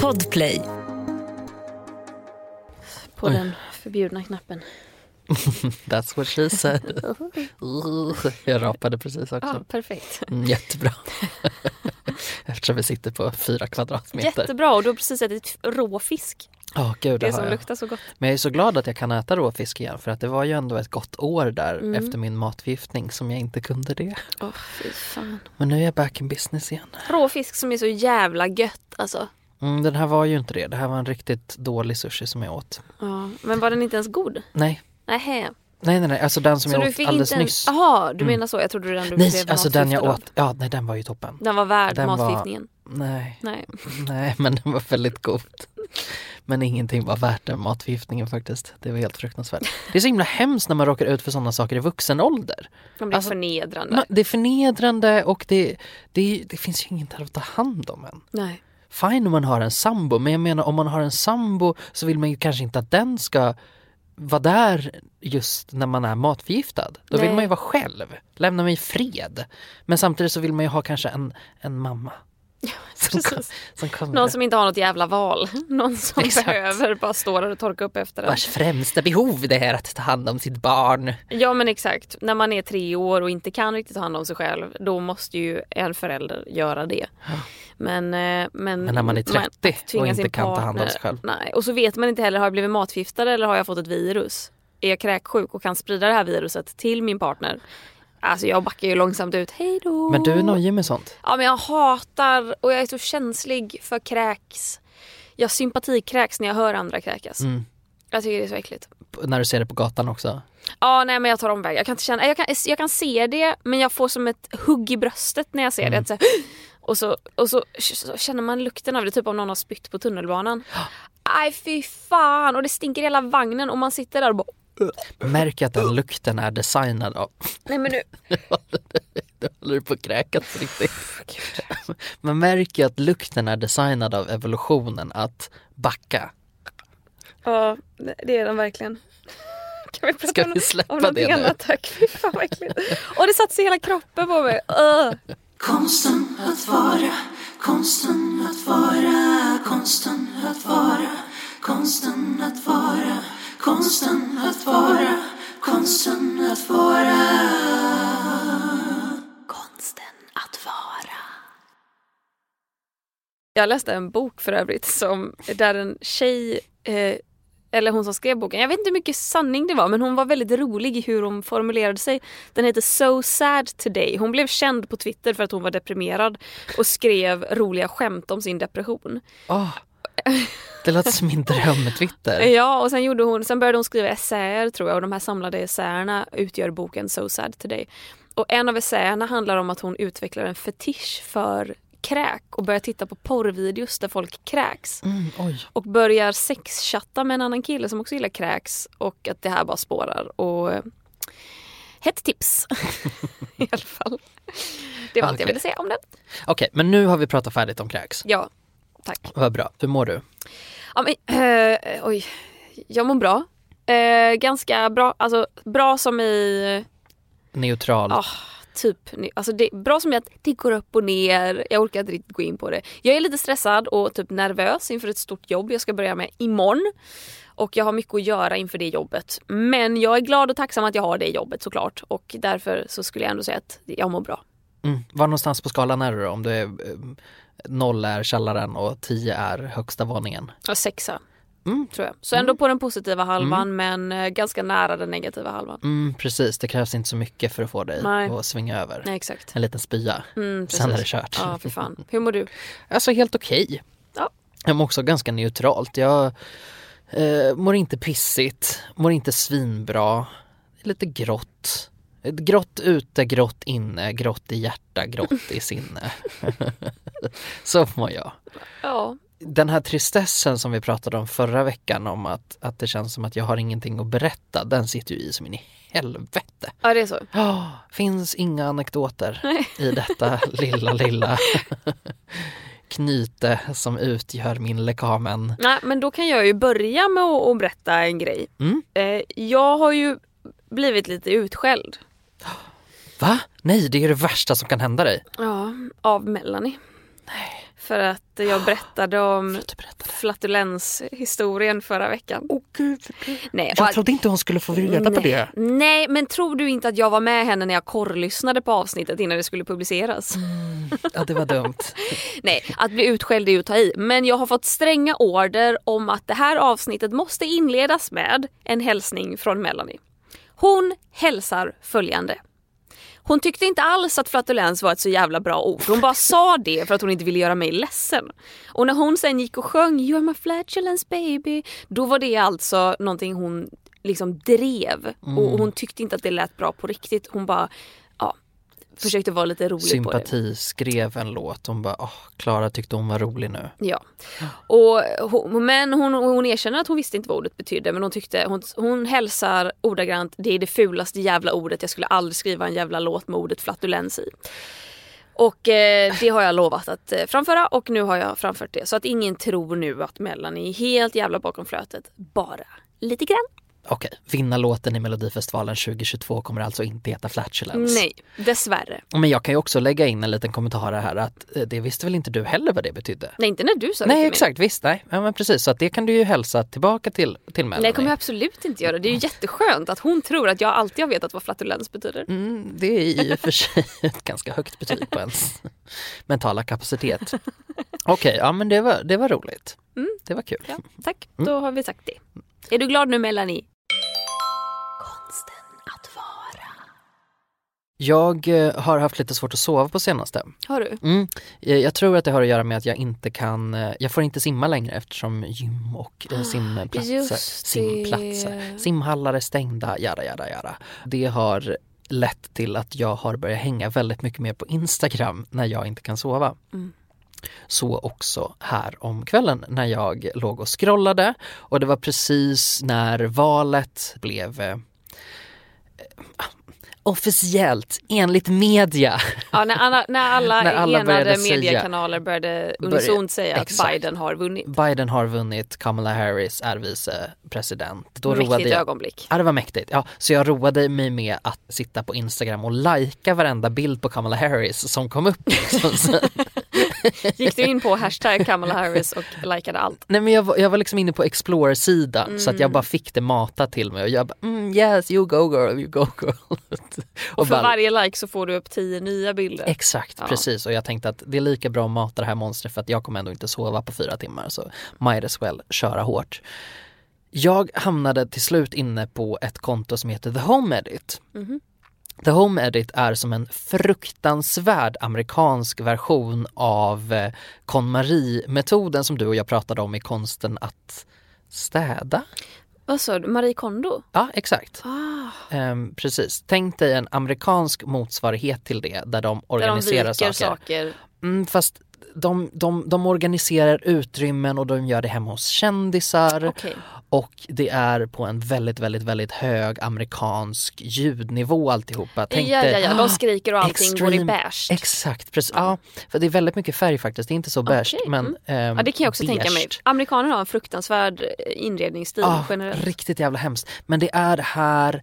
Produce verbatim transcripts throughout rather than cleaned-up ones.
Podplay. På Oj. Den förbjudna knappen. That's what she said. Jag rapade precis också. Ja, perfekt. Mm, jättebra. Eftersom vi sitter på fyra kvadratmeter. Jättebra, och du har precis ätit råfisk. Oh, gud, det, det som jag. luktar så gott. Men jag är så glad att jag kan äta råfisk igen. För att det var ju ändå ett gott år där mm. efter min matförgiftning som jag inte kunde det. Åh, oh, fy fan. Men nu är jag back in business igen. Råfisk som är så jävla gött, alltså. Mm, den här var ju inte det. Det här var en riktigt dålig sushi som jag åt. Ja, men var den inte ens god? Nej. Nähä. Nej, nej, nej. Alltså den som så jag åt alldeles inte en... nyss. Jaha, du mm. menar så. Jag trodde den du Nej, alltså den jag då. åt. Ja, nej, den var ju toppen. Den var värd den matförgiftningen. Var... Nej. nej. Nej, men den var väldigt god. Men ingenting var värt den matförgiftningen faktiskt. Det var helt fruktansvärt. Det är så himla hemskt när man råkar ut för sådana saker i vuxen ålder. Det blir alltså, förnedrande. Man, det är förnedrande och det, det, det finns ju inget att ta hand om än. Nej. Fine om man har en sambo, men jag menar om man har en sambo så vill man ju kanske inte att den ska vara där just när man är matförgiftad. Då Nej. vill man ju vara själv. Lämna mig i fred. Men samtidigt så vill man ju ha kanske en, en mamma. Ja, som kom, som kommer någon som inte har något jävla val. Någon som Exakt. behöver bara stå där och torka upp efter den. Vars främsta behov det är att ta hand om sitt barn. Ja, men exakt. När man är tre år och inte kan riktigt ta hand om sig själv, då måste ju en förälder göra det. Ja. Men, men, men när man är trettio och inte kan ta hand om sig själv. Nej. Och så vet man inte heller, har jag blivit matförgiftad eller har jag fått ett virus? Är jag kräksjuk och kan sprida det här viruset till min partner? Alltså jag backar ju långsamt ut. Hej då. Men du är nöjd med sånt? Ja, men jag hatar och jag är så känslig för kräks. Jag sympatikräks när jag hör andra kräkas. Mm. Jag tycker det är så äckligt. P- när du ser det på gatan också? Ja, nej, men jag tar omväg. Jag kan inte känna, jag kan, jag kan se det, men jag får som ett hugg i bröstet när jag ser mm. det. Så, och så, och så, så känner man lukten av det, typ om någon har spytt på tunnelbanan. Aj, fy fan. Och det stinker hela vagnen och man sitter där och bara... Märk att den lukten är designad av... Nej, men nu... Du håller på att kräkas riktigt. Man märker att lukten är designad av evolutionen att backa. Ja, det är den verkligen. Kan vi prata Ska om, vi släppa om någonting det nu? annat? Tack, fy fan vad äckligt. Och det satt sig hela kroppen på mig. Uh. Konsten att vara, konsten att vara, konsten att vara, konsten att vara, konsten att vara, konsten att vara, konsten att vara. Jag läste en bok för övrigt som, där en tjej, eh, eller hon som skrev boken, jag vet inte hur mycket sanning det var, men hon var väldigt rolig i hur hon formulerade sig. Den heter So Sad Today. Hon blev känd på Twitter för att hon var deprimerad och skrev roliga skämt om sin depression. Oh, det låter som min dröm med Twitter. Ja, och sen, gjorde hon, sen började hon skriva essäer, tror jag, och de här samlade essäerna utgör boken So Sad Today. Och en av essäerna handlar om att hon utvecklar en fetisch för kräk och börjar titta på porrvideos där folk kräks. Mm, oj. Och börjar sexchatta med en annan kille som också gillar kräks, och att det här bara spårar. Och hett tips i alla fall. Det var allt okay. jag ville säga om den. Okej, okay, men nu har vi pratat färdigt om kräks. Ja, tack. Vad bra. Hur mår du? Ja, men, äh, oj, jag mår bra. Äh, ganska bra. Alltså bra som i... Neutral. Oh, typ, alltså det, bra som i att det går upp och ner. Jag orkar inte riktigt gå in på det. Jag är lite stressad och typ nervös inför ett stort jobb jag ska börja med imorgon. Och jag har mycket att göra inför det jobbet. Men jag är glad och tacksam att jag har det jobbet såklart. Och därför så skulle jag ändå säga att jag mår bra. Mm. Var någonstans på skalan är du då? Om du är, noll är källaren och tio är högsta våningen? Ja, sexa. Mm. Tror jag. Så ändå mm. på den positiva halvan, mm. men ganska nära den negativa halvan. Mm, precis, det krävs inte så mycket för att få dig Nej. att svinga över. Nej, exakt. En liten spya. Mm, sen är det kört. Ja, för fan. Hur mår du? Alltså helt okej. Ja. Jag mår också ganska neutralt. Jag eh, mår inte pissigt, mår inte svinbra. Lite grått. Grått ute, grått inne, grått i hjärta, grått i sinne. Så mår jag. Ja. Den här tristessen som vi pratade om förra veckan, om att, att det känns som att jag har ingenting att berätta, den sitter ju i som in i helvete. Ja, det är så. Oh, finns inga anekdoter i detta lilla, lilla knyte som utgör min lekamen. Nej, men då kan jag ju börja med att, att berätta en grej. Mm. Eh, jag har ju blivit lite utskälld. Va? Nej, det är det värsta som kan hända dig. Ja, av Melanie. Nej. För att jag berättade om berättade. flatulenshistorien förra veckan. Åh oh, gud, gud. Nej, Jag och, trodde inte hon skulle få reda nej, på det. Nej, men tror du inte att jag var med henne när jag korrlyssnade på avsnittet innan det skulle publiceras? Mm, ja, det var dumt. Nej, att bli utskälld är ju att ta i. Men jag har fått stränga order om att det här avsnittet måste inledas med en hälsning från Melanie. Hon hälsar följande. Hon tyckte inte alls att flatulens var ett så jävla bra ord. Hon bara sa det för att hon inte ville göra mig ledsen. Och när hon sen gick och sjöng You are my flatulence baby, då var det alltså någonting hon liksom drev. Mm. Och hon tyckte inte att det lät bra på riktigt. Hon bara, ja, försökte vara lite rolig Sympati, på det. skrev en låt. Hon bara, åh, Klara tyckte hon var rolig nu. Ja. Och hon, men hon, hon erkänner att hon visste inte vad ordet betydde. Men hon tyckte, hon, hon hälsar ordagrant, det är det fulaste jävla ordet. Jag skulle aldrig skriva en jävla låt med ordet flatulens i. Och eh, det har jag lovat att eh, framföra. Och nu har jag framfört det. Så att ingen tror nu att Melanie är helt jävla bakom flötet. Bara lite grann. Okej, vinnarlåten i Melodifestivalen tjugohundratjugotvå kommer alltså inte heta Flatulence. Nej, dessvärre. Men jag kan ju också lägga in en liten kommentar här att eh, det visste väl inte du heller vad det betydde? Nej, inte när du sa det. Nej, till exakt, mig. visst, nej. Ja, men precis, så att det kan du ju hälsa tillbaka till, till Melanie. Nej, det kommer jag absolut inte göra. Det är ju jätteskönt att hon tror att jag alltid har vetat vad flatulens betyder. Mm, det är i och för sig ett ganska högt betyg på ens mentala kapacitet. Okej, okay, ja men det var, det var roligt. Mm. Det var kul. Ja, tack, mm. Då har vi sagt det. Är du glad nu, Melanie? Jag eh, har haft lite svårt att sova på senaste. Har du? Mm. Jag, jag tror att det har att göra med att jag inte kan, eh, jag får inte simma längre eftersom gym och eh, simplatser, simplatser, simhallar är stängda, jada, jada, jada. Det har lett till att jag har börjat hänga väldigt mycket mer på Instagram när jag inte kan sova. Mm. Så också här om kvällen när jag låg och scrollade och det var precis när valet blev eh, officiellt, enligt media. Ja, när alla, när alla, när alla enade mediekanaler började unisont säga exakt. att Biden har vunnit. Biden har vunnit, Kamala Harris är vicepresident. Då mäktigt roade jag, ögonblick. Ja, det var mäktigt. Ja, så jag roade mig med att sitta på Instagram och lajka varenda bild på Kamala Harris som kom upp. Gick du in på hashtag Kamala Harris och likade allt? Nej, men jag var, jag var liksom inne på Explore-sidan mm. så att jag bara fick det matat till mig och jag bara, mm, yes, you go girl, you go girl. och, och för bara, varje like så får du upp tio nya bilder. Exakt, ja. Precis. Och jag tänkte att det är lika bra att mata det här monstret för att jag kommer ändå inte sova på fyra timmar så might as well köra hårt. Jag hamnade till slut inne på ett konto som heter The Home Edit. Mm-hmm. The Home Edit är som en fruktansvärd amerikansk version av eh, KonMari-metoden som du och jag pratade om i konsten att städa. Vad sa du? Marie Kondo? Ja, exakt. Ah. Um, precis. Tänk dig en amerikansk motsvarighet till det där de organiserar där de viker saker. saker. Mm, fast de, de, de organiserar utrymmen och de gör det hemma hos kändisar. Okay. Och det är på en väldigt, väldigt, väldigt hög amerikansk ljudnivå alltihopa. Tänk ja, dig, ja, ja. De skriker och allting extreme, går i beige. Exakt, precis. Ja. Ja, för det är väldigt mycket färg faktiskt. Det är inte så beige. Okay. Men, mm. ähm, ja, det kan jag också beige. tänka mig. Amerikanerna har en fruktansvärd inredningsstil ja, generellt. Riktigt jävla hemskt. Men det är det här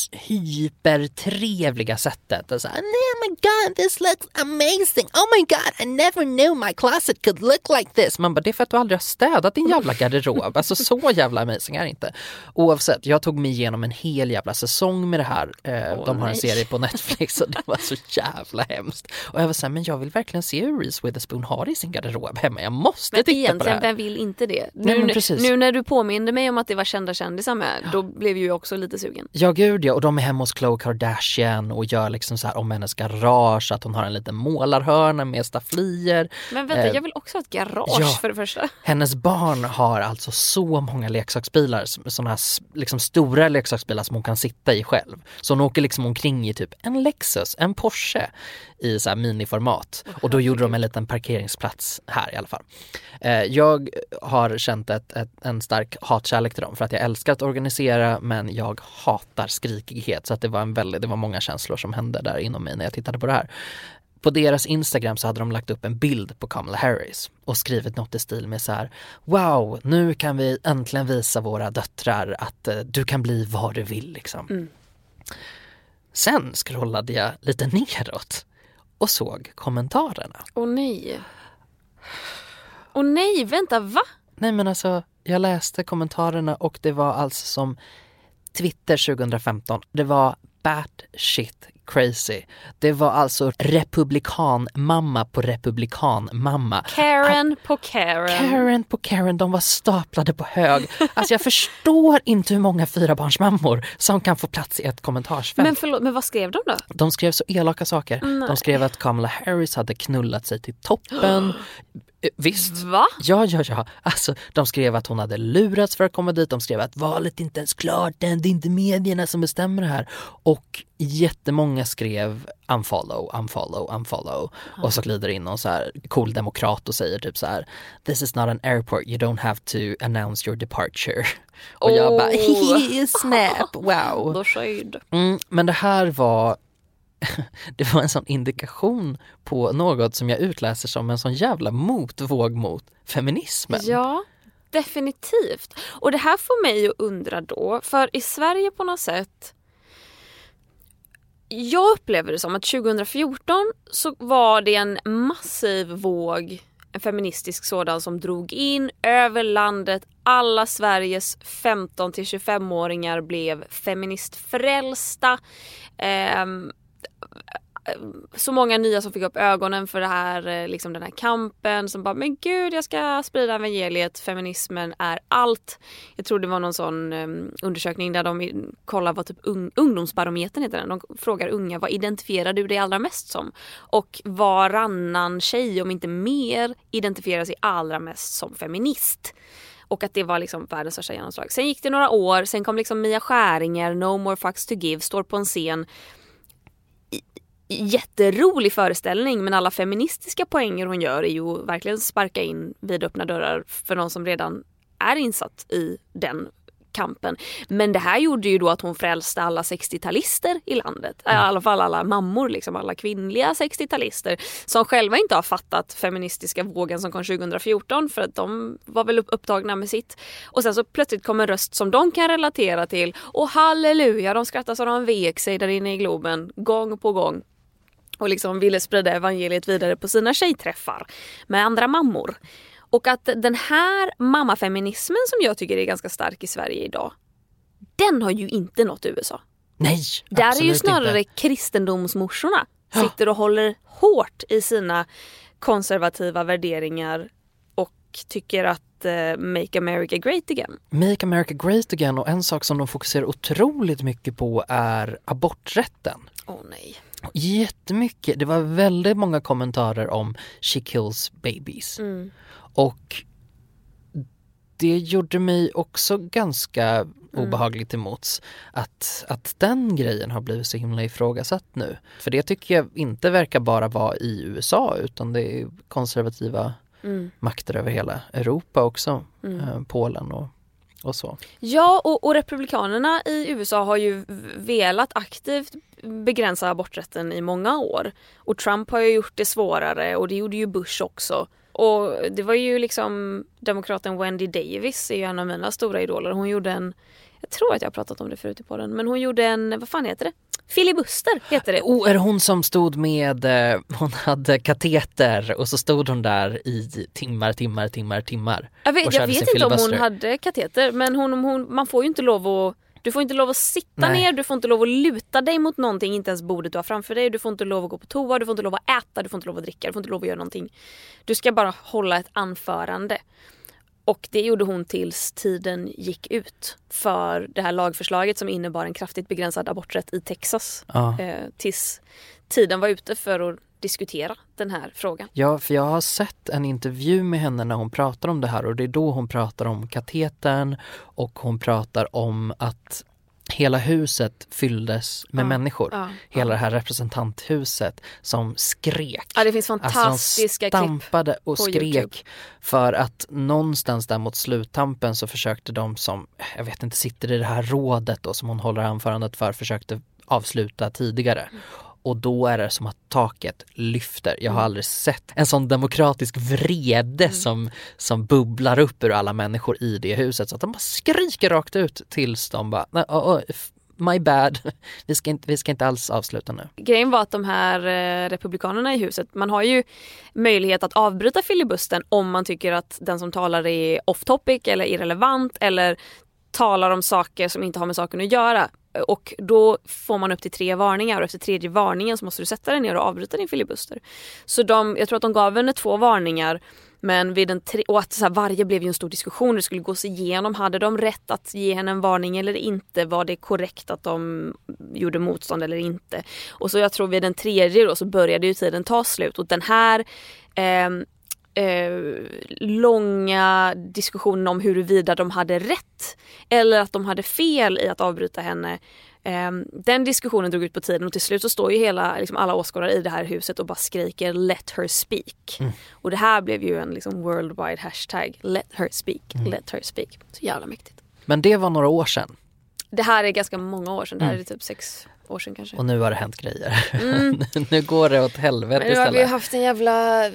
hypertrevliga sättet. Och så här, oh my god, this looks amazing. Oh my god, I never knew my closet could look like this. Man bara, det är för att du aldrig har städat din jävla garderob. Alltså så jävla amazing är det inte. Oavsett, jag tog mig igenom en hel jävla säsong med det här. Eh, oh, de har nej. en serie på Netflix och det var så jävla hemskt. Och jag var så här, men jag vill verkligen se hur Reese Witherspoon har i sin garderob hemma. Jag måste men titta på det här. Vem vill inte det? Nej, nu, men precis. nu när du påminner mig om att det var kända kändisar med, då blev ju jag också lite sugen. Ja, gud ja. Och de är hemma hos Khloe Kardashian och gör liksom så här om hennes garage, att hon har en liten målarhörna med stafflier. Men vänta, eh, jag vill också ha ett garage ja, för det första. Hennes barn har alltså så många leksaksbilar, sådana här liksom stora leksaksbilar som hon kan sitta i själv. Så hon åker liksom omkring i typ en Lexus, en Porsche i så här miniformat. Och då gjorde de en liten parkeringsplats här i alla fall. Eh, jag har känt ett, ett, en stark hatkärlek till dem för att jag älskar att organisera, men jag hatar skrikighet. Så att det var en väldigt, det var många känslor som hände där inom mig när jag tittade på det här. På deras Instagram så hade de lagt upp en bild på Kamala Harris och skrivit något i stil med så här: wow, nu kan vi äntligen visa våra döttrar att uh, du kan bli vad du vill liksom. Mm. Sen scrollade jag lite neråt och såg kommentarerna. Åh nej. Och nej, vänta, va? Nej men alltså, jag läste kommentarerna och det var alltså som Twitter tjugohundrafemton. Det var bad shit crazy. Det var alltså republikan-mamma på republikan-mamma. Karen på Karen. Karen på Karen, de var staplade på hög. Alltså jag förstår inte hur många fyrabarnsmammor som kan få plats i ett kommentarsfält. Men förlåt, men vad skrev de då? De skrev så elaka saker. Nej. De skrev att Kamala Harris hade knullat sig till toppen. Visst. Va? Ja, ja, ja. Alltså, de skrev att hon hade lurats för att komma dit. De skrev att valet inte ens klart än. Det är inte medierna som bestämmer det här. Och jättemånga skrev unfollow, unfollow, unfollow. Mm. Och så glider in och så här cool demokrat och säger typ så här: this is not an airport, you don't have to announce your departure. Och oh. jag bara, hehe, snap, wow. Då skyd. Mm, men det här var det var en sån indikation på något som jag utläser som en sån jävla motvåg mot feminismen. Ja, definitivt. Och det här får mig att undra då, för i Sverige på något sätt, jag upplever det som att tjugohundrafjorton så var det en massiv våg, en feministisk sådan, som drog in över landet. Alla Sveriges femton till tjugofem-åringar blev feministfrälsta. Ehm så många nya som fick upp ögonen för det här, liksom den här kampen, som bara, men gud, jag ska sprida evangeliet, feminismen är allt. Jag tror det var någon sån um, undersökning där de kollar vad typ un- ungdomsbarometern heter den. De frågar unga, vad identifierar du dig allra mest som? Och varannan tjej, om inte mer, identifierar sig allra mest som feminist. Och att det var liksom världens största genomslag. Sen gick det några år, sen kom liksom Mia Skäringer, No More Fucks to Give, står på en scen. Jätterolig föreställning, men alla feministiska poänger hon gör är ju verkligen sparka in vid öppna dörrar för någon som redan är insatt i den kampen. Men det här gjorde ju då att hon frälste alla sextio-talister i landet. I alla fall alla mammor, liksom alla kvinnliga sextio-talister som själva inte har fattat feministiska vågen som kom tjugohundrafjorton, för att de var väl upptagna med sitt. Och sen så plötsligt kom en röst som de kan relatera till. Och halleluja, de skrattar så de vek sig där inne i Globen gång på gång. Och liksom ville sprida evangeliet vidare på sina tjejträffar med andra mammor. Och att den här mammafeminismen som jag tycker är ganska stark i Sverige idag, den har ju inte nått U S A. Nej, där är ju snarare inte. Kristendomsmorsorna sitter och håller hårt i sina konservativa värderingar och tycker att uh, Make America Great Again. Make America Great Again, och en sak som de fokuserar otroligt mycket på är aborträtten. Åh oh, nej. Jättemycket. Det var väldigt många kommentarer om She Kills Babies. Mm. Och det gjorde mig också ganska mm. obehagligt emots att, att den grejen har blivit så himla ifrågasatt nu. För det tycker jag inte verkar bara vara i U S A, utan det är konservativa mm. makter över hela Europa också. Mm. Eh, Polen och Och så. Ja, och, och republikanerna i U S A har ju velat aktivt begränsa aborträtten i många år. Och Trump har ju gjort det svårare, och det gjorde ju Bush också. Och det var ju liksom demokraten Wendy Davis är ju en av mina stora idoler. Hon gjorde en, jag tror att jag har pratat om det förut i podden, men hon gjorde en, vad fan heter det? Filibuster heter det. Oh, är det hon som stod med, eh, hon hade kateter och så stod hon där i timmar, timmar, timmar, timmar. Jag vet, jag vet inte om hon hade kateter, men hon, hon, man får ju inte lov att, du får inte lov att sitta Nej. ner, du får inte lov att luta dig mot någonting, inte ens bordet du har framför dig, du får inte lov att gå på toa, du får inte lov att äta, du får inte lov att dricka, du får inte lov att göra någonting. Du ska bara hålla ett anförande. Och det gjorde hon tills tiden gick ut för det här lagförslaget som innebar en kraftigt begränsad aborträtt i Texas. Ja. Eh, tills tiden var ute för att diskutera den här frågan. Ja, för jag har sett en intervju med henne när hon pratar om det här, och det är då hon pratar om katetern och hon pratar om att hela huset fylldes med ja, människor. Ja, hela ja. det här representanthuset som skrek. Ja, det finns fantastiska alltså, de stampade klipp och skrek YouTube. För att någonstans där mot sluttampen så försökte de som, jag vet inte, sitter i det här rådet då, som hon håller anförandet för, försökte avsluta tidigare. Mm. Och då är det som att taket lyfter. Jag har mm. aldrig sett en sån demokratisk vrede mm. som, som bubblar upp ur alla människor i det huset. Så att de bara skriker rakt ut tills de bara, nej, oh, oh, my bad. Vi ska inte, vi ska inte alls avsluta nu. Grejen var att de här eh, republikanerna i huset, man har ju möjlighet att avbryta filibustern om man tycker att den som talar är off topic eller irrelevant eller talar om saker som inte har med saken att göra. Och då får man upp till tre varningar och efter tredje varningen så måste du sätta dig ner och avbryta din filibuster. Så de, jag tror att de gav henne två varningar, men vid en tre, och att så här, varje blev ju en stor diskussion. Det skulle gås igenom. Hade de rätt att ge henne en varning eller inte? Var det korrekt att de gjorde motstånd eller inte? Och så jag tror vid den tredje då så började ju tiden ta slut. Och den här eh, eh, långa diskussionen om huruvida de hade rätt eller att de hade fel i att avbryta henne, Um, den diskussionen drog ut på tiden och till slut så står ju hela, liksom alla åskådare i det här huset och bara skriker let her speak. Mm. Och det här blev ju en liksom worldwide hashtag, let her speak, mm. let her speak. Så jävla mäktigt. Men det var några år sedan. Det här är ganska många år sedan, det här är typ sex år sedan kanske. Och nu har det hänt grejer. Mm. Nu går det åt helvete istället. Men nu istället. har vi ju haft en jävla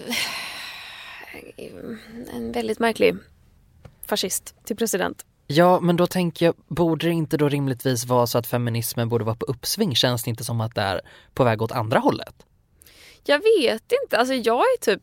en väldigt märklig fascist till president. Ja, men då tänker jag, borde det inte då rimligtvis vara så att feminismen borde vara på uppsving? Känns det inte som att det är på väg åt andra hållet? Jag vet inte. Alltså jag är typ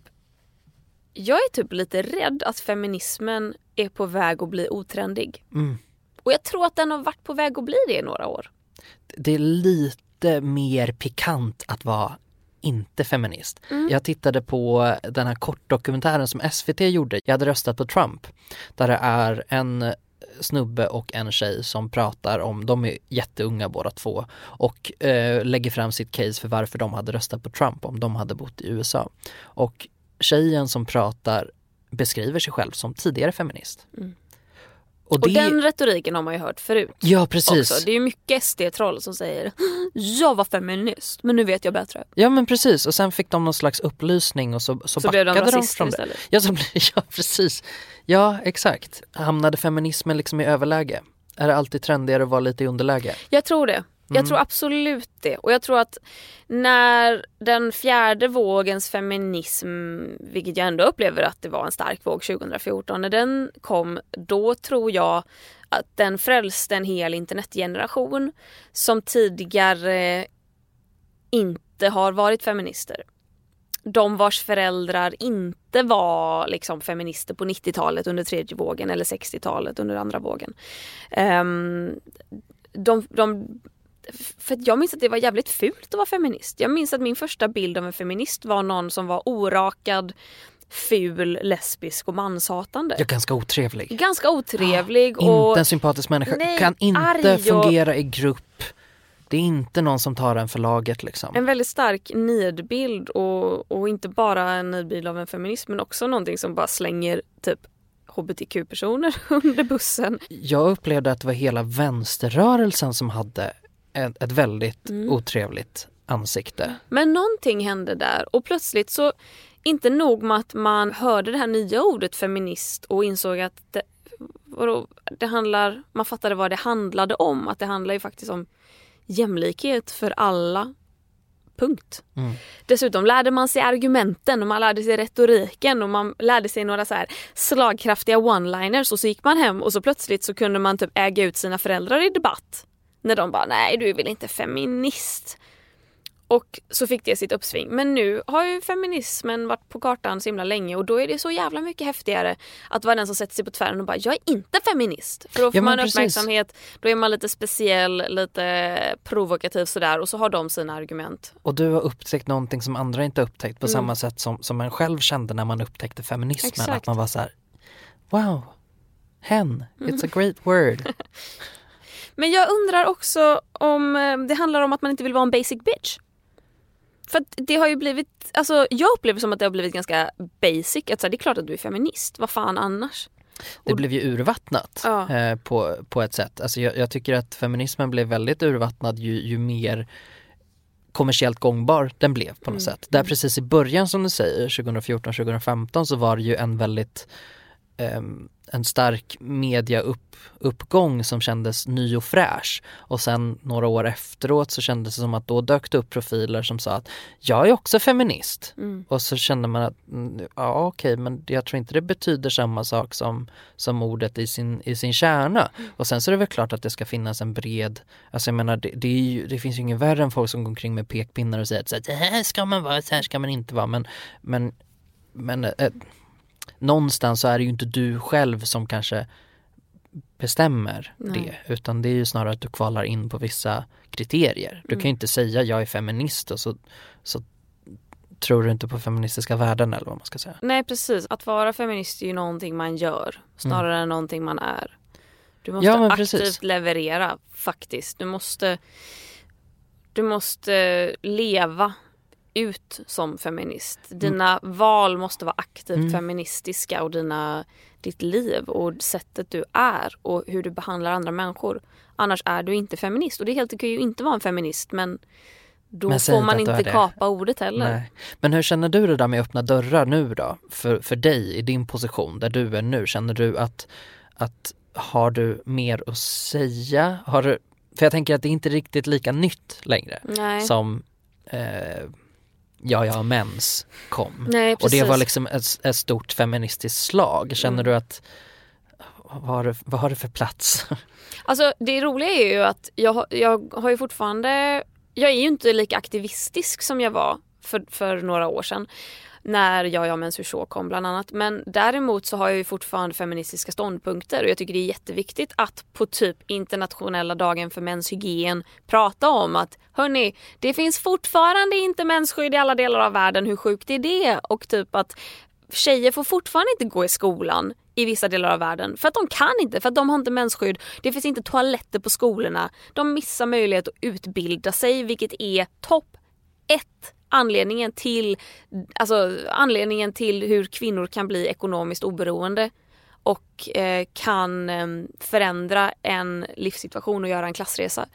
jag är typ lite rädd att feminismen är på väg att bli otrendig. Mm. Och jag tror att den har varit på väg att bli det i några år. Det är lite mer pikant att vara inte feminist. Mm. Jag tittade på den här kortdokumentären som S V T gjorde. Jag hade röstat på Trump. Där det är en snubbe och en tjej som pratar om, de är jätteunga båda två och eh, lägger fram sitt case för varför de hade röstat på Trump om de hade bott i U S A. Och tjejen som pratar beskriver sig själv som tidigare feminist. Mm. Och, och det... den retoriken har man ju hört förut. Ja, precis. Också. Det är ju mycket S D-troll som säger jag var feminist, men nu vet jag bättre. Ja, men precis. Och sen fick de någon slags upplysning och så, så, så backade de, de från det. Ja, så, ja, precis. Ja, exakt. Hamnade feminismen liksom i överläge? Är det alltid trendigare att vara lite i underläge? Jag tror det. Jag mm. tror absolut det. Och jag tror att när den fjärde vågens feminism, vilket jag ändå upplever att det var en stark våg tjugohundrafjorton, när den kom, då tror jag att den frälste en hel internetgeneration som tidigare inte har varit feminister. De vars föräldrar inte var liksom feminister på nittiotalet under tredje vågen eller sextiotalet under andra vågen. Um, de... de För jag minns att det var jävligt fult att vara feminist. Jag minns att min första bild av en feminist var någon som var orakad, ful, lesbisk och manshatande. Ja, ganska otrevlig. Ganska otrevlig. Ah, och inte en sympatisk människa. nej, kan inte och... fungera i grupp. Det är inte någon som tar en för laget liksom. En väldigt stark nidbild och, och inte bara en nidbild av en feminist, men också någonting som bara slänger typ H B T Q-personer under bussen. Jag upplevde att det var hela vänsterrörelsen som hade ett, ett väldigt mm. otrevligt ansikte. Men någonting hände där och plötsligt så, inte nog med att man hörde det här nya ordet feminist och insåg att det, vadå, det handlar, man fattade vad det handlade om, att det handlar ju faktiskt om jämlikhet för alla. Punkt. Mm. Dessutom lärde man sig argumenten och man lärde sig retoriken och man lärde sig några så här slagkraftiga one-liners och så gick man hem och så plötsligt så kunde man typ äga ut sina föräldrar i debatt. När de bara, nej du är väl inte feminist. Och så fick det sitt uppsving. Men nu har ju feminismen varit på kartan så himla länge och då är det så jävla mycket häftigare att vara den som sätter sig på tvären och bara, jag är inte feminist. För då får ja, man precis. uppmärksamhet, då är man lite speciell, lite provokativ sådär och så har de sina argument. Och du har upptäckt någonting som andra inte har upptäckt på mm. samma sätt som, som man själv kände när man upptäckte feminismen. Exakt. Att man var så här, wow, hen, it's a great word. Men jag undrar också om det handlar om att man inte vill vara en basic bitch. För att det har ju blivit, alltså jag upplever som att det har blivit ganska basic. Att så här, det är klart att du är feminist, vad fan annars? Det blev ju urvattnat ja. eh, på, på ett sätt. Alltså jag, jag tycker att feminismen blev väldigt urvattnad ju, ju mer kommersiellt gångbar den blev på något mm. sätt. Där precis i början som du säger, tjugohundrafjorton tjugohundrafemton så var det ju en väldigt eh, en stark mediauppgång som kändes ny och fräsch. Och sen några år efteråt så kändes det som att då dök det upp profiler som sa att jag är också feminist. Mm. Och så kände man att ja okej, okay, men jag tror inte det betyder samma sak som, som ordet i sin, i sin kärna. Mm. Och sen så är det väl klart att det ska finnas en bred, alltså jag menar det, det, är ju, det finns ju ingen värre än folk som går omkring med pekpinnar och säger att så här, det här ska man vara, så här ska man inte vara. Men, men, men äh, någonstans så är det ju inte du själv som kanske bestämmer Nej. det, utan det är ju snarare att du kvalar in på vissa kriterier. Du mm. kan ju inte säga jag är feminist och så, så tror du inte på feministiska värden eller vad man ska säga. Nej, precis. Att vara feminist är ju någonting man gör snarare mm. än någonting man är. Du måste ja, aktivt precis. leverera faktiskt. Du måste du måste leva ut som feminist. Dina mm. val måste vara aktivt mm. feministiska och dina, ditt liv och sättet du är och hur du behandlar andra människor. Annars är du inte feminist. Och det helt kan ju inte vara en feminist, men då men får man inte kapa ordet heller. Nej. Men hur känner du det där med öppna dörrar nu då? För, för dig i din position där du är nu. Känner du att, att har du mer att säga? Har du, för jag tänker att det är inte riktigt lika nytt längre. Nej. Som eh, Ja, ja, mens kom. Nej, och det var liksom ett, ett stort feministiskt slag. Känner mm. du att vad har, du, vad har du för plats? Alltså det roliga är ju att jag, jag har ju fortfarande, jag är ju inte lika aktivistisk som jag var för, för några år sedan. När jag och Mens Hur Så kom bland annat. Men däremot så har jag ju fortfarande feministiska ståndpunkter. Och jag tycker det är jätteviktigt att på typ internationella dagen för menshygien prata om att hörni, det finns fortfarande inte mensskydd i alla delar av världen. Hur sjukt är det? Och typ att tjejer får fortfarande inte gå i skolan i vissa delar av världen. För att de kan inte, för att de har inte mensskydd. Det finns inte toaletter på skolorna. De missar möjlighet att utbilda sig, vilket är topp ett. Anledningen till, alltså, anledningen till hur kvinnor kan bli ekonomiskt oberoende och eh, kan eh, förändra en livssituation och göra en klassresa.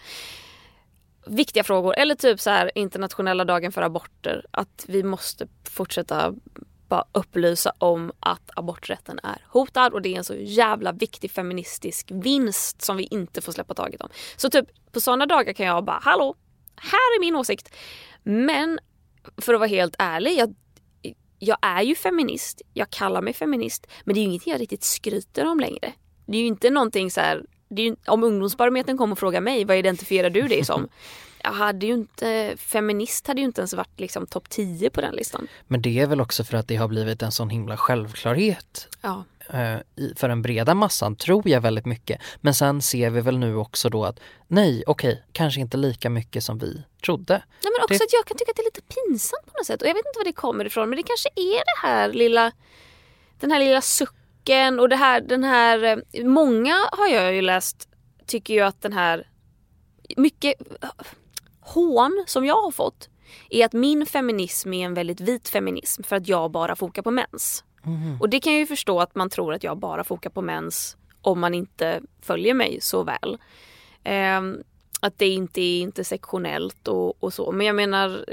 Viktiga frågor. Eller typ så här internationella dagen för aborter. Att vi måste fortsätta bara upplysa om att aborträtten är hotad. Och det är en så jävla viktig feministisk vinst som vi inte får släppa taget om. Så typ på sådana dagar kan jag bara, hallå, här är min åsikt. Men för att vara helt ärlig, jag, jag är ju feminist. Jag kallar mig feminist. Men det är ju inget jag riktigt skryter om längre. Det är ju inte någonting så här. Det är ju, om ungdomsbarometern kommer och frågar mig, vad identifierar du dig som? Jag hade ju inte, feminist hade ju inte ens varit liksom topp tio på den listan. Men det är väl också för att det har blivit en sån himla självklarhet. Ja. För den breda massan tror jag väldigt mycket. Men sen ser vi väl nu också då att nej, okej, okay, kanske inte lika mycket som vi trodde. Nej, men också det... att jag kan tycka att det är lite pinsamt på något sätt. Och jag vet inte var det kommer ifrån, men det kanske är det här lilla, den här lilla sucken och det här, den här, många har jag ju läst, tycker ju att den här mycket hån som jag har fått är att min feminism är en väldigt vit feminism för att jag bara fokar på mens. Mm. Och det kan jag ju förstå att man tror att jag bara fokar på mens om man inte följer mig så väl. Eh, att det inte är intersektionellt och, och så. Men jag menar,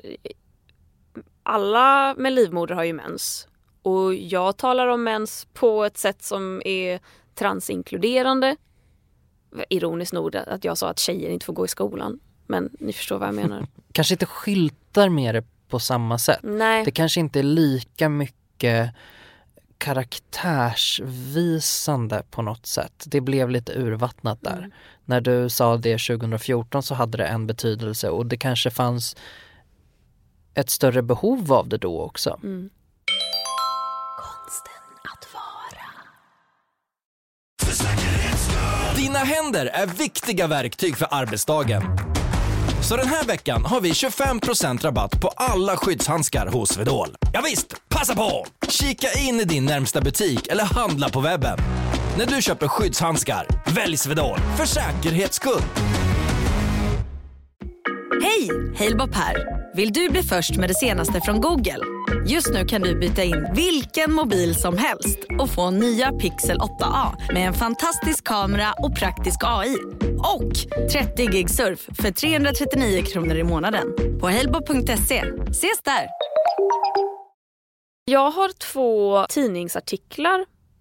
alla med livmoder har ju mens. Och jag talar om mens på ett sätt som är transinkluderande. Ironiskt nog att jag sa att tjejer inte får gå i skolan. Men ni förstår vad jag menar. Kanske inte skyltar med det på samma sätt. Nej. Det kanske inte är lika mycket karaktärsvisande på något sätt. Det blev lite urvattnat där. Mm. När du sa det tjugo fjorton så hade det en betydelse och det kanske fanns ett större behov av det då också. Mm. Konsten att vara. Dina händer är viktiga verktyg för arbetsdagen. Så den här veckan har vi tjugofem procent rabatt på alla skyddshandskar hos Swedol. Ja visst, passa på! Kika in i din närmsta butik eller handla på webben. När du köper skyddshandskar, välj Swedol för säkerhets skull. Hej, Halebop här. Vill du bli först med det senaste från Google? Just nu kan du byta in vilken mobil som helst och få nya Pixel åtta A med en fantastisk kamera och praktisk A I. Och trettio gig surf för trehundratrettionio kronor i månaden på halebop punkt se. Ses där! Jag har två tidningsartiklar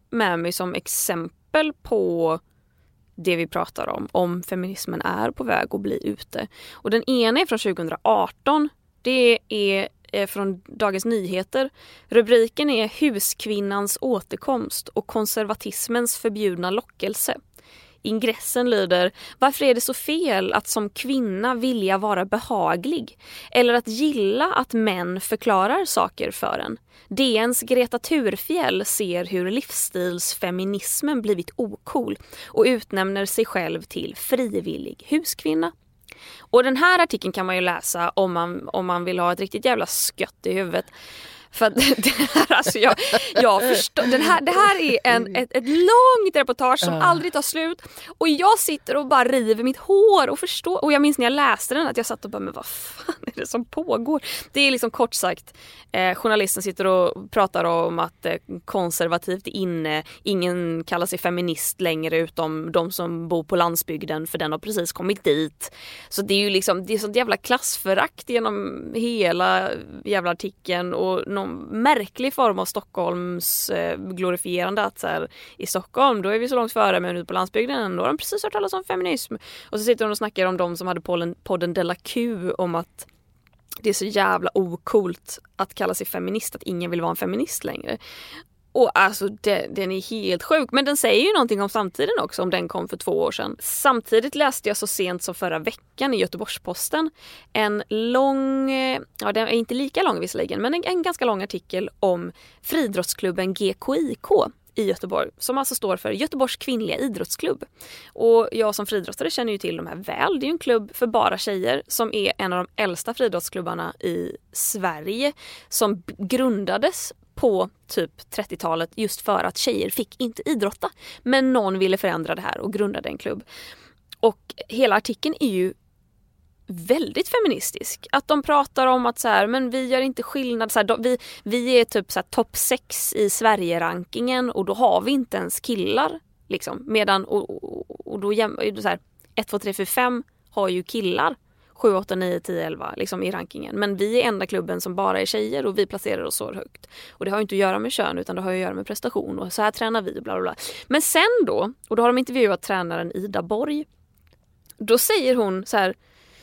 med mig som exempel på det vi pratar om, om feminismen är på väg att bli ute. Och den ena är från tjugo arton. Det är från Dagens Nyheter. Rubriken är Huskvinnans återkomst och konservatismens förbjudna lockelse. Ingressen lyder: varför är det så fel att som kvinna vilja vara behaglig? Eller att gilla att män förklarar saker för en? D N:s Greta Thurfjell ser hur livsstilsfeminismen blivit ocool och utnämner sig själv till frivillig huskvinna. Och den här artikeln kan man ju läsa om man, om man vill ha ett riktigt jävla skött i huvudet. För att det här, alltså jag, jag förstår, den här, det här är en, ett, ett långt reportage som uh. aldrig tar slut. Och jag sitter och bara river mitt hår och förstår. Och jag minns när jag läste den att jag satt och bara, men vad fan är det som pågår? Det är liksom kort sagt, eh, journalisten sitter och pratar om att eh, konservativt är inne. Ingen kallar sig feminist längre utom de som bor på landsbygden, för den har precis kommit dit. Så det är ju liksom, det är sånt jävla klassförakt genom hela jävla artikeln och någon märklig form av Stockholms eh, glorifierande att så här, i Stockholm då är vi så långt före, men ute på landsbygden då har de precis hört talas om feminism. Och så sitter de och snackar om de som hade podden, podden Della Q om att det är så jävla ocoolt att kalla sig feminist, att ingen vill vara en feminist längre. Och alltså det, den är helt sjuk. Men den säger ju någonting om samtiden också, om den kom för två år sedan. Samtidigt läste jag så sent som förra veckan i Göteborgs-Posten en lång, ja den är inte lika lång visserligen, men en, en ganska lång artikel om friidrottsklubben G K I K i Göteborg, som alltså står för Göteborgs kvinnliga idrottsklubb. Och jag som friidrottare känner ju till de här väl. Det är ju en klubb för bara tjejer som är en av de äldsta friidrottsklubbarna i Sverige, som grundades på typ trettiotalet just för att tjejer fick inte idrotta. Men någon ville förändra det här och grundade en klubb. Och hela artikeln är ju väldigt feministisk. Att de pratar om att så här, men vi gör inte skillnad. Så här, då, vi, vi är typ så här topp sex i Sverige-rankingen och då har vi inte ens killar. Liksom. Medan, och, och, och då jäm, så här, ett, två, tre, fyra, fem har ju killar. sju, åtta, nio, tio, elva liksom i rankingen. Men vi är enda klubben som bara är tjejer och vi placerar oss så högt. Och det har ju inte att göra med kön utan det har att göra med prestation och så här tränar vi bla bla bla. Men sen då, och då har de intervjuat tränaren Ida Borg. Då säger hon så här: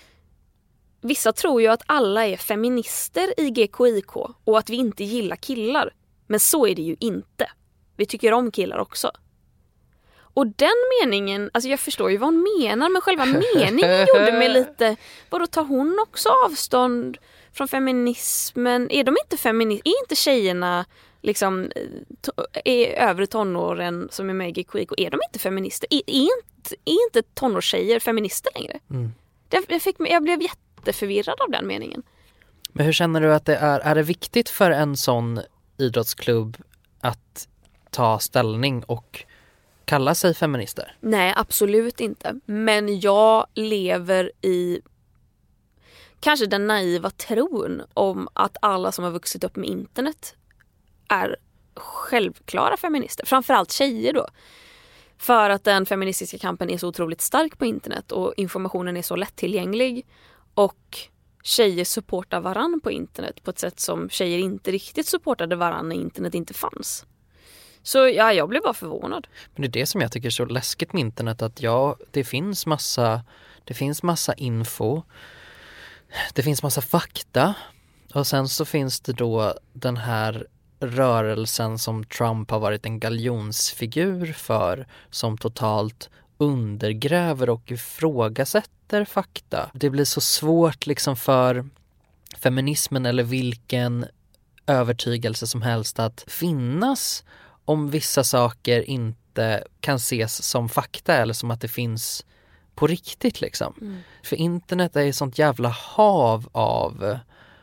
vissa tror ju att alla är feminister i G K I K och att vi inte gillar killar. Men så är det ju inte. Vi tycker om killar också. Och den meningen, alltså jag förstår ju vad hon menar, men själva meningen gjorde mig lite, vadå, tar hon också avstånd från feminismen? Är de inte feminister? Är inte tjejerna liksom är övre tonåren som är med i G K I K, är de inte feminister? Är, är, inte, är inte tonårstjejer feminister längre? Mm. Jag, fick, jag blev jätteförvirrad av den meningen. Men hur känner du att det är, är det viktigt för en sån idrottsklubb att ta ställning och kalla sig feminister? Nej, absolut inte. Men jag lever i kanske den naiva tron om att alla som har vuxit upp med internet är självklara feminister. Framförallt tjejer då. För att den feministiska kampen är så otroligt stark på internet och informationen är så lättillgänglig. Och tjejer supportar varann på internet på ett sätt som tjejer inte riktigt supportade varann när internet inte fanns. Så ja, jag blev bara förvånad. Men det är det som jag tycker är så läskigt med internet, att ja, det finns massa det finns massa info. Det finns massa fakta. Och sen så finns det då den här rörelsen som Trump har varit en galjonsfigur för, som totalt undergräver och ifrågasätter fakta. Det blir så svårt liksom för feminismen eller vilken övertygelse som helst att finnas om vissa saker inte kan ses som fakta eller som att det finns på riktigt liksom. Mm. För internet är ju sånt jävla hav av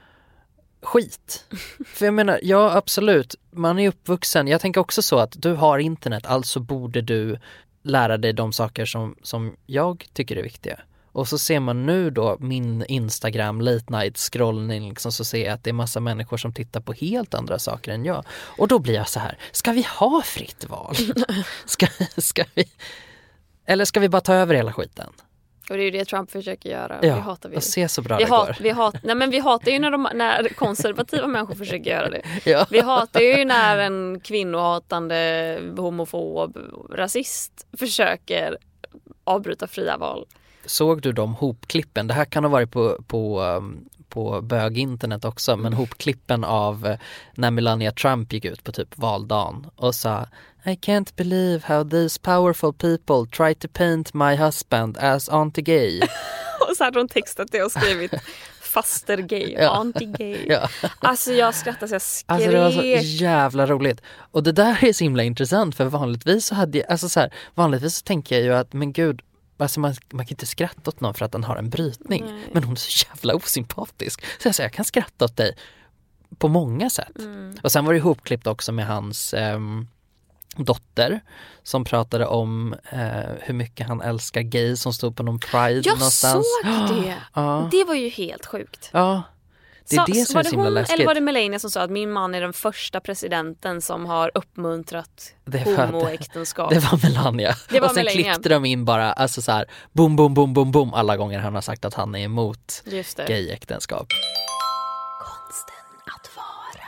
skit. För jag menar, ja absolut, man är uppvuxen. Jag tänker också så att du har internet, alltså borde du lära dig de saker som, som jag tycker är viktiga. Och så ser man nu då min Instagram late night scrollning liksom, så ser jag att det är massa människor som tittar på helt andra saker än jag. Och då blir jag så här, ska vi ha fritt val? Ska, ska vi, eller ska vi bara ta över hela skiten? Och det är ju det Trump försöker göra. Ja, det hatar vi. och se så bra vi det hat, går. Vi, hat, nej, men vi hatar ju när, de, när konservativa människor försöker göra det. Ja. Vi hatar ju när en kvinnohatande, homofob, rasist försöker avbryta fria val. Såg du de hopklippen? Det här kan ha varit på, på, um, på böginternet också, men hopklippen av uh, när Melania Trump gick ut på typ valdagen och sa I can't believe how these powerful people try to paint my husband as anti-gay. Och så hade de textat det och skrivit faster gay, Ja. anti-gay. Ja. Alltså jag skrattade så jag skrek. Alltså det var så jävla roligt. Och det där är så himla intressant, för vanligtvis så hade jag, alltså så här, vanligtvis så tänker jag ju att men gud, alltså man, man kan inte skratta åt någon för att den har en brytning. Nej. Men hon är så jävla osympatisk. Så jag säger, jag kan skratta åt dig på många sätt. Mm. Och sen var det ihopklippt också med hans ehm, dotter som pratade om eh, hur mycket han älskar gay, som stod på någon pride Jag någonstans. såg det. Ja, Det var ju helt sjukt. ja. Det är Så, det som var är det så himla hon, läskigt. eller var det Melania som sa att min man är den första presidenten som har uppmuntrat Det var- homoäktenskap? Det var Melania. Det var och sen Melania. klippte de in bara, alltså så här, boom, boom, boom, boom, boom, alla gånger han har sagt att han är emot Just det. gayäktenskap. Konsten att vara.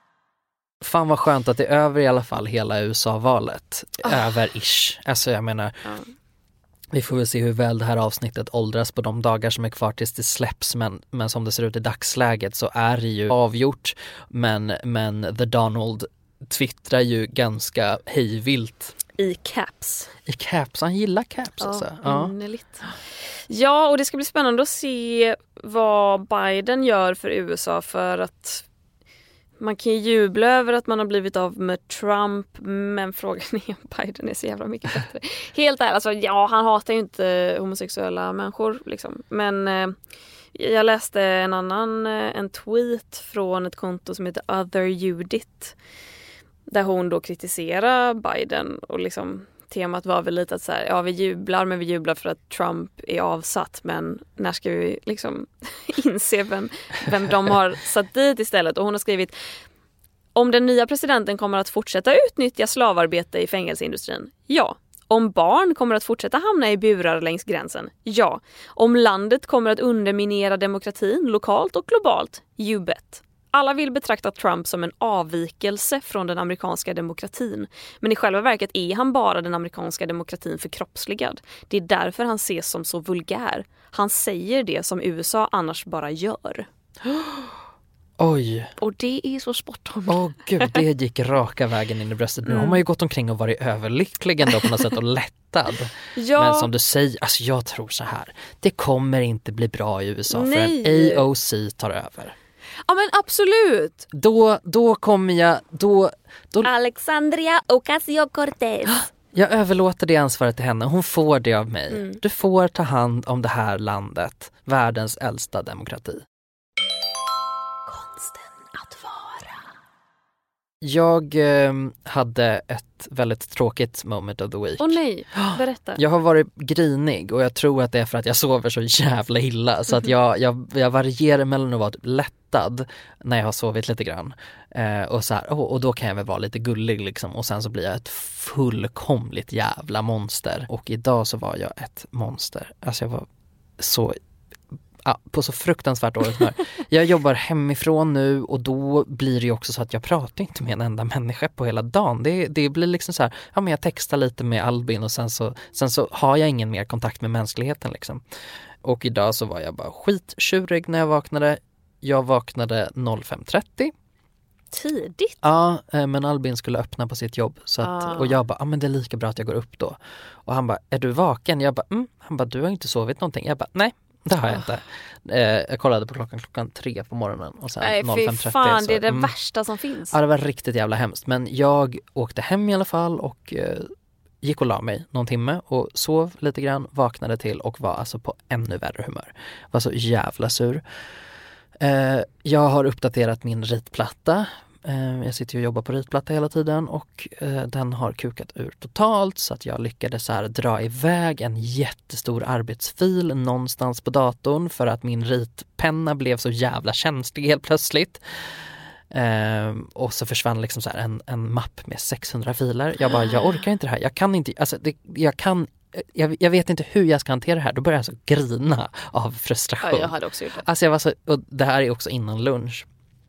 Fan vad skönt att det är över i alla fall hela U S A-valet. Över-ish. Alltså jag menar, Ja. vi får väl se hur väl det här avsnittet åldras på de dagar som är kvar tills det släpps, men, men som det ser ut i dagsläget så är det ju avgjort, men, men The Donald twittrar ju ganska hejvilt I caps. i caps. Han gillar caps alltså. Ja. innerligt. Ja, och det ska bli spännande att se vad Biden gör för U S A, för att man kan ju jubla över att man har blivit av med Trump, men frågan är om Biden är så jävla mycket bättre. Helt ärligt, alltså, ja, han hatar ju inte homosexuella människor liksom. Men eh, jag läste en annan eh, en tweet från ett konto som heter Other Judith, där hon då kritiserar Biden, och liksom temat var väl lite att så här, ja, vi jublar, men vi jublar för att Trump är avsatt, men när ska vi liksom inse vem, vem de har satt dit istället? Och hon har skrivit: om den nya presidenten kommer att fortsätta utnyttja slavarbete i fängelseindustrin, ja. Om barn kommer att fortsätta hamna i burar längs gränsen, ja. Om landet kommer att underminera demokratin lokalt och globalt, you bet. Alla vill betrakta Trump som en avvikelse från den amerikanska demokratin. Men i själva verket är han bara den amerikanska demokratin förkroppsligad. Det är därför han ses som så vulgär. Han säger det som U S A annars bara gör. Oj, Och det är så spot on. åh gud, det gick raka vägen in i bröstet. Nu har man ju gått omkring och varit överlycklig ändå på något sätt och lättad. Ja. Men som du säger, alltså jag tror så här, det kommer inte bli bra i U S A Nej. förrän A O C tar över. Ja, men absolut. Då, då kommer jag, då, då, Alexandria Ocasio-Cortez. jag överlåter det ansvaret till henne. Hon får det av mig. Mm. Du får ta hand om det här landet, världens äldsta demokrati. Konsten att vara. Jag eh, hade ett väldigt tråkigt moment of the week. Åh nej, berätta. Jag har varit grinig och jag tror att det är för att jag sover så jävla illa. Så att jag, jag, jag varierar mellan att vara typ lättad när jag har sovit lite grann. Eh, och, så här, och, och då kan jag väl vara lite gullig liksom. Och sen så blir jag ett fullkomligt jävla monster. Och idag så var jag ett monster. Alltså jag var så... Ja, på så fruktansvärt dåligt humör. Jag jobbar hemifrån nu och då blir det ju också så att jag pratar inte med en enda människa på hela dagen. Det, det blir liksom så här, ja men jag textar lite med Albin och sen så, sen så har jag ingen mer kontakt med mänskligheten liksom. Och idag så var jag bara skittjurig när jag vaknade. Jag vaknade fem trettio. Tidigt. Ja, men Albin skulle öppna på sitt jobb så att, Ah. och jag bara, ja men det är lika bra att jag går upp då. Och han bara, är du vaken? Jag bara, mm. Han bara, du har inte sovit någonting. Jag bara, nej. Det har jag inte. Eh, jag kollade på klockan klockan tre på morgonen och sen Nej, fy fem trettio. fan, så, det är det mm. värsta som finns. Ja, det var riktigt jävla hemskt. Men jag åkte hem i alla fall och eh, gick och la mig någon timme och sov lite grann, vaknade till och var alltså på ännu värre humör. Var så jävla sur. Eh, jag har uppdaterat min ritplatta. Eh, jag sitter ju och jobbar på ritplatta hela tiden och eh, den har kukat ur totalt så att jag lyckades så här dra iväg en jättestor arbetsfil någonstans på datorn för att min ritpenna blev så jävla känslig helt plötsligt. Eh, och så försvann liksom så här en, en mapp med sexhundra filer. Jag bara, jag orkar inte det här. Jag kan inte, alltså det, jag kan jag, jag vet inte hur jag ska hantera det här. Då börjar jag så grina av frustration. Ja, jag hade också gjort det. Alltså jag var så, och det här är också innan lunch.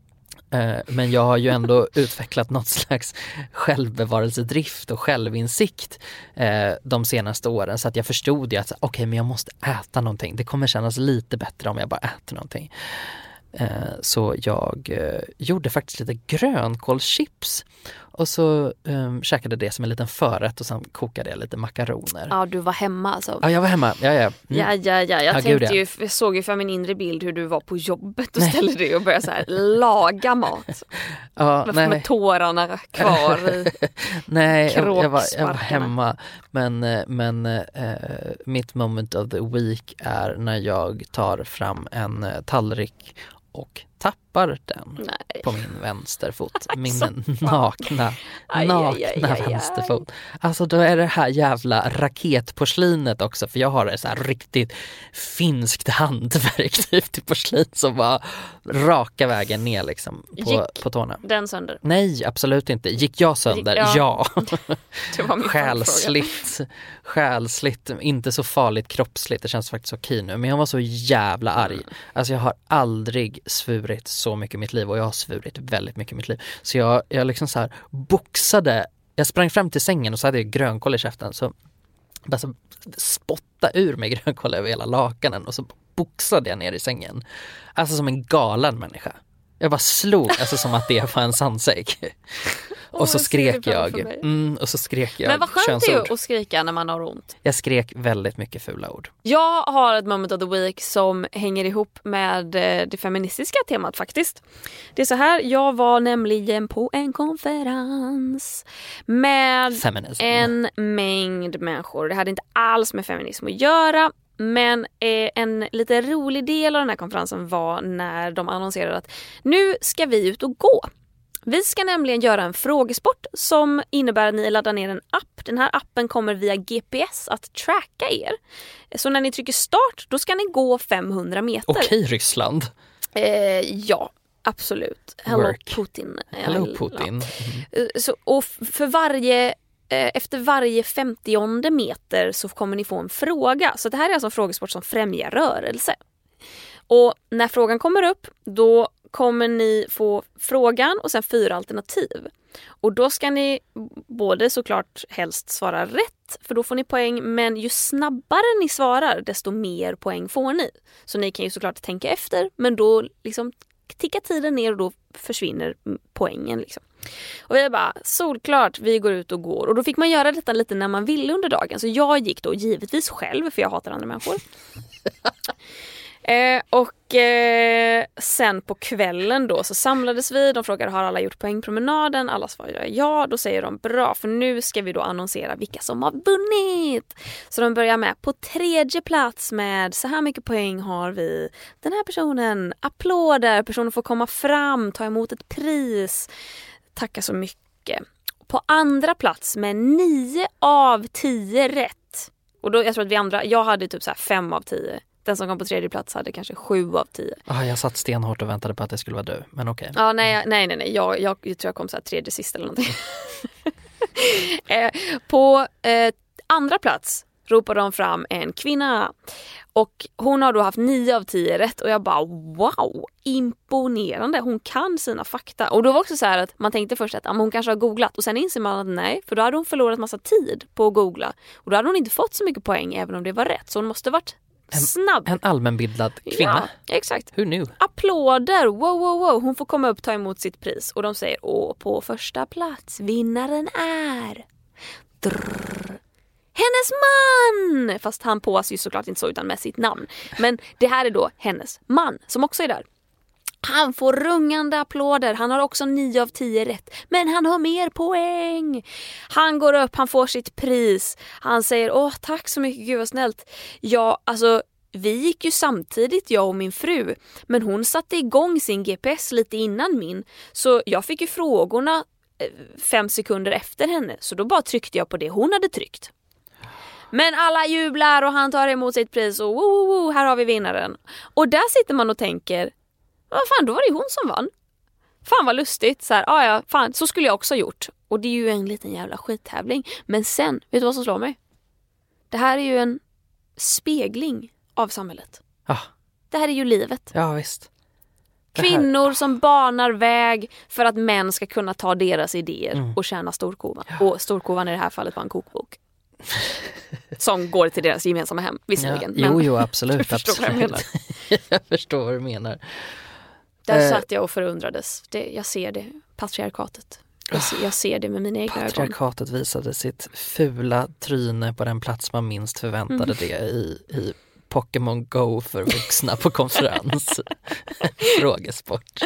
Uh, men jag har ju ändå utvecklat något slags självbevarelsedrift och självinsikt uh, de senaste åren. Så att jag förstod ju att okej, okay, men jag måste äta någonting. Det kommer kännas lite bättre om jag bara äter någonting. Uh, så jag uh, gjorde faktiskt lite grönkålschips. Och så um, käkade det som en liten förrätt och sen kokade jag lite makaroner. Ja, du var hemma alltså. Ja, jag var hemma. Ja, ja. Mm. Ja, ja, ja. Jag Ja, tänkte gud, ja. ju, jag såg ju för min inre bild hur du var på jobbet och ställde dig och började så här laga mat. Ja, med, nej. med tårarna kvar i. Nej, jag, jag, var, jag var kråksparkarna. hemma. Men, eh, men eh, mitt moment of the week är när jag tar fram en eh, tallrik och tappar den Nej. på min vänsterfot. Min Alltså, nakna, Aj, nakna aj, aj, aj, aj. vänsterfot. Alltså då är det här jävla raketporslinet också. För jag har ett så här riktigt finskt hantverk typ till porslin som var raka vägen ner liksom på, Gick på tårna. Den sönder. Nej, absolut inte. Gick jag sönder? Ja. Ja. Det var min Själsligt. Själsligt. Inte så farligt kroppsligt. Det känns faktiskt okej nu. Men jag var så jävla arg. Mm. Alltså jag har aldrig svurit så mycket i mitt liv. Och jag har svurit väldigt mycket i mitt liv. Så jag, jag liksom så här boxade. Jag sprang fram till sängen och så hade jag grönkål i käften. Så bara så spotta ur mig grönkål över hela lakanen. Och så boxade jag ner i sängen. Alltså som en galen människa. Jag bara slog, alltså som att det var en sandsäck. Och Åh, så jag ser skrek det framför jag. mig. Mm, och så skrek jag Men vad skönt det könsord. är att skrika när man har ont. Jag skrek väldigt mycket fula ord. Jag har ett moment of the week som hänger ihop med eh, det feministiska temat faktiskt. Det är så här, jag var nämligen på en konferens med Feminism. en mängd människor. Det hade inte alls med feminism att göra. Men eh, en lite rolig del av den här konferensen var när de annonserade att nu ska vi ut och gå. Vi ska nämligen göra en frågesport som innebär att ni laddar ner en app. Den här appen kommer via G P S att tracka er. Så när ni trycker start, då ska ni gå femhundra meter. Okej, Ryssland. Eh, ja, absolut. Hello Work. Putin. Hello Ja. Putin. Eh, Så, och för varje, eh, efter varje femtionde meter så kommer ni få en fråga. Så det här är alltså en frågesport som främjar rörelse. Och när frågan kommer upp, då kommer ni få frågan och sen fyra alternativ. Och då ska ni både såklart helst svara rätt, för då får ni poäng. Men ju snabbare ni svarar, desto mer poäng får ni. Så ni kan ju såklart tänka efter, men då liksom tickar tiden ner och då försvinner poängen. Liksom. Och vi är bara, solklart, vi går ut och går. Och då fick man göra detta lite när man ville under dagen. Så jag gick då givetvis själv, för jag hatar andra människor. Eh, och eh, sen på kvällen då så samlades vi. De frågade, har alla gjort poängpromenaden? Alla svarade ja. Då säger de, bra, för nu ska vi då annonsera vilka som har vunnit. Så de börjar med på tredje plats med så här mycket poäng har vi. Den här personen, applåder, personen får komma fram, ta emot ett pris. Tacka så mycket. På andra plats med nio av tio rätt. Och då, jag tror att vi andra, jag hade typ så här fem av tio. Den som kom på tredje plats hade kanske sju av tio. Ah, jag satt stenhårt och väntade på att det skulle vara du, men okej. Ja, nej, nej, nej, nej. Jag, jag, jag tror jag kom så här tredje sist eller någonting. eh, på eh, andra plats ropar de fram en kvinna. Och hon har då haft nio av tio rätt. Och jag bara, wow, imponerande. Hon kan sina fakta. Och då var också så här att man tänkte först att ja, hon kanske har googlat. Och sen inser man att nej, för då hade hon förlorat massa tid på att googla. Och då hade hon inte fått så mycket poäng även om det var rätt. Så hon måste varit snabb. En allmänbildad kvinna. Ja, exakt. Who knew? Applåder, wow, wow, wow. Hon får komma upp och ta emot sitt pris. Och de säger, åh, på första plats, vinnaren är... Drrr. Hennes man! Fast han pås ju såklart inte så utan med sitt namn. Men det här är då hennes man som också är där. Han får rungande applåder. Han har också nio av tio rätt. Men han har mer poäng. Han går upp, han får sitt pris. Han säger, åh tack så mycket, gud vad snällt. Ja, alltså vi gick ju samtidigt, jag och min fru. Men hon satte igång sin G P S lite innan min. Så jag fick ju frågorna fem sekunder efter henne. Så då bara tryckte jag på det hon hade tryckt. Men alla jublar och han tar emot sitt pris och woo, woo, woo, här har vi vinnaren. Och där sitter man och tänker, vad fan, då var det hon som vann. Fan vad lustigt. Så här, ah, ja, fan, så skulle jag också ha gjort. Och det är ju en liten jävla skittävling. Men sen, vet du vad som slår mig? Det här är ju en spegling av samhället. Ja, Det här är ju livet. ja visst. Det här- Kvinnor som banar väg för att män ska kunna ta deras idéer Mm. och tjäna storkovan. Och storkovan i det här fallet var en kokbok. Som går till deras gemensamma hem, visserligen. Ja, jo, men jo, absolut. du förstår vad jag absolut. Jag förstår vad du menar. där Eh. satt jag och förundrades. Det, jag ser det, patriarkatet. Jag ser, jag ser det med mina egna ögon. Patriarkatet visade sitt fula tryne på den plats man minst förväntade Mm. det i, i Pokémon Go för vuxna på konferens. Frågesport.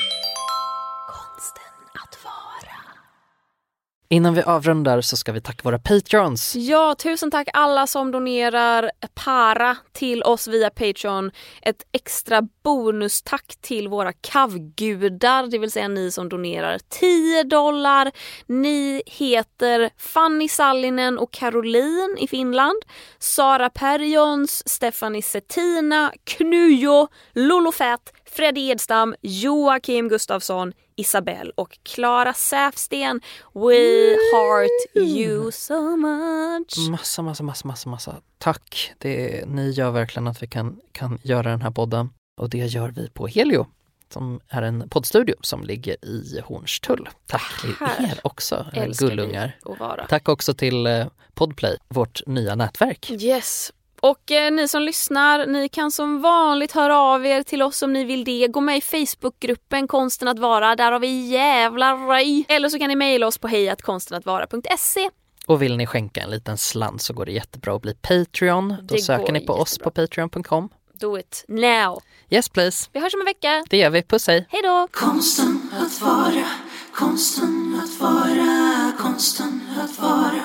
Konsten att vara. Innan vi avrundar så ska vi tacka våra Patreons. Ja, tusen tack alla som donerar para till oss via Patreon. Ett extra bonustack till våra kavgudar, det vill säga ni som donerar tio dollar. Ni heter Fanny Sallinen och Caroline i Finland, Sara Perjons, Stephanie Settina, Knujo, Lolo Fett, Freddy Edstam, Joakim Gustafsson, Isabel och Klara Säfsten. We heart you so much. Massa, massa, massa, massa, massa. Tack. Det, ni gör verkligen att vi kan, kan göra den här podden. Och det gör vi på Helio, som är en poddstudio som ligger i Hornstull. Tack till Här er också, Älskar gullungar. vi att vara. Tack också till eh, Podplay, vårt nya nätverk. Yes. Och eh, ni som lyssnar, ni kan som vanligt höra av er till oss om ni vill det. Gå med i Facebookgruppen Konsten att vara, där har vi jävla röj. Eller så kan ni mejla oss på hej at konstenatvara punkt se. Och vill ni skänka en liten slant så går det jättebra att bli Patreon. Då Det söker går ni på oss på jättebra. patreon punkt com. Do it now. Yes please, Vi hörs om en vecka. det gör vi. Puss hej! Hej då! Konsten att vara, konsten att vara, konsten att vara,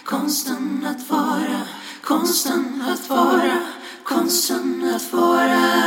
konsten att vara, konsten att vara, konsten att vara.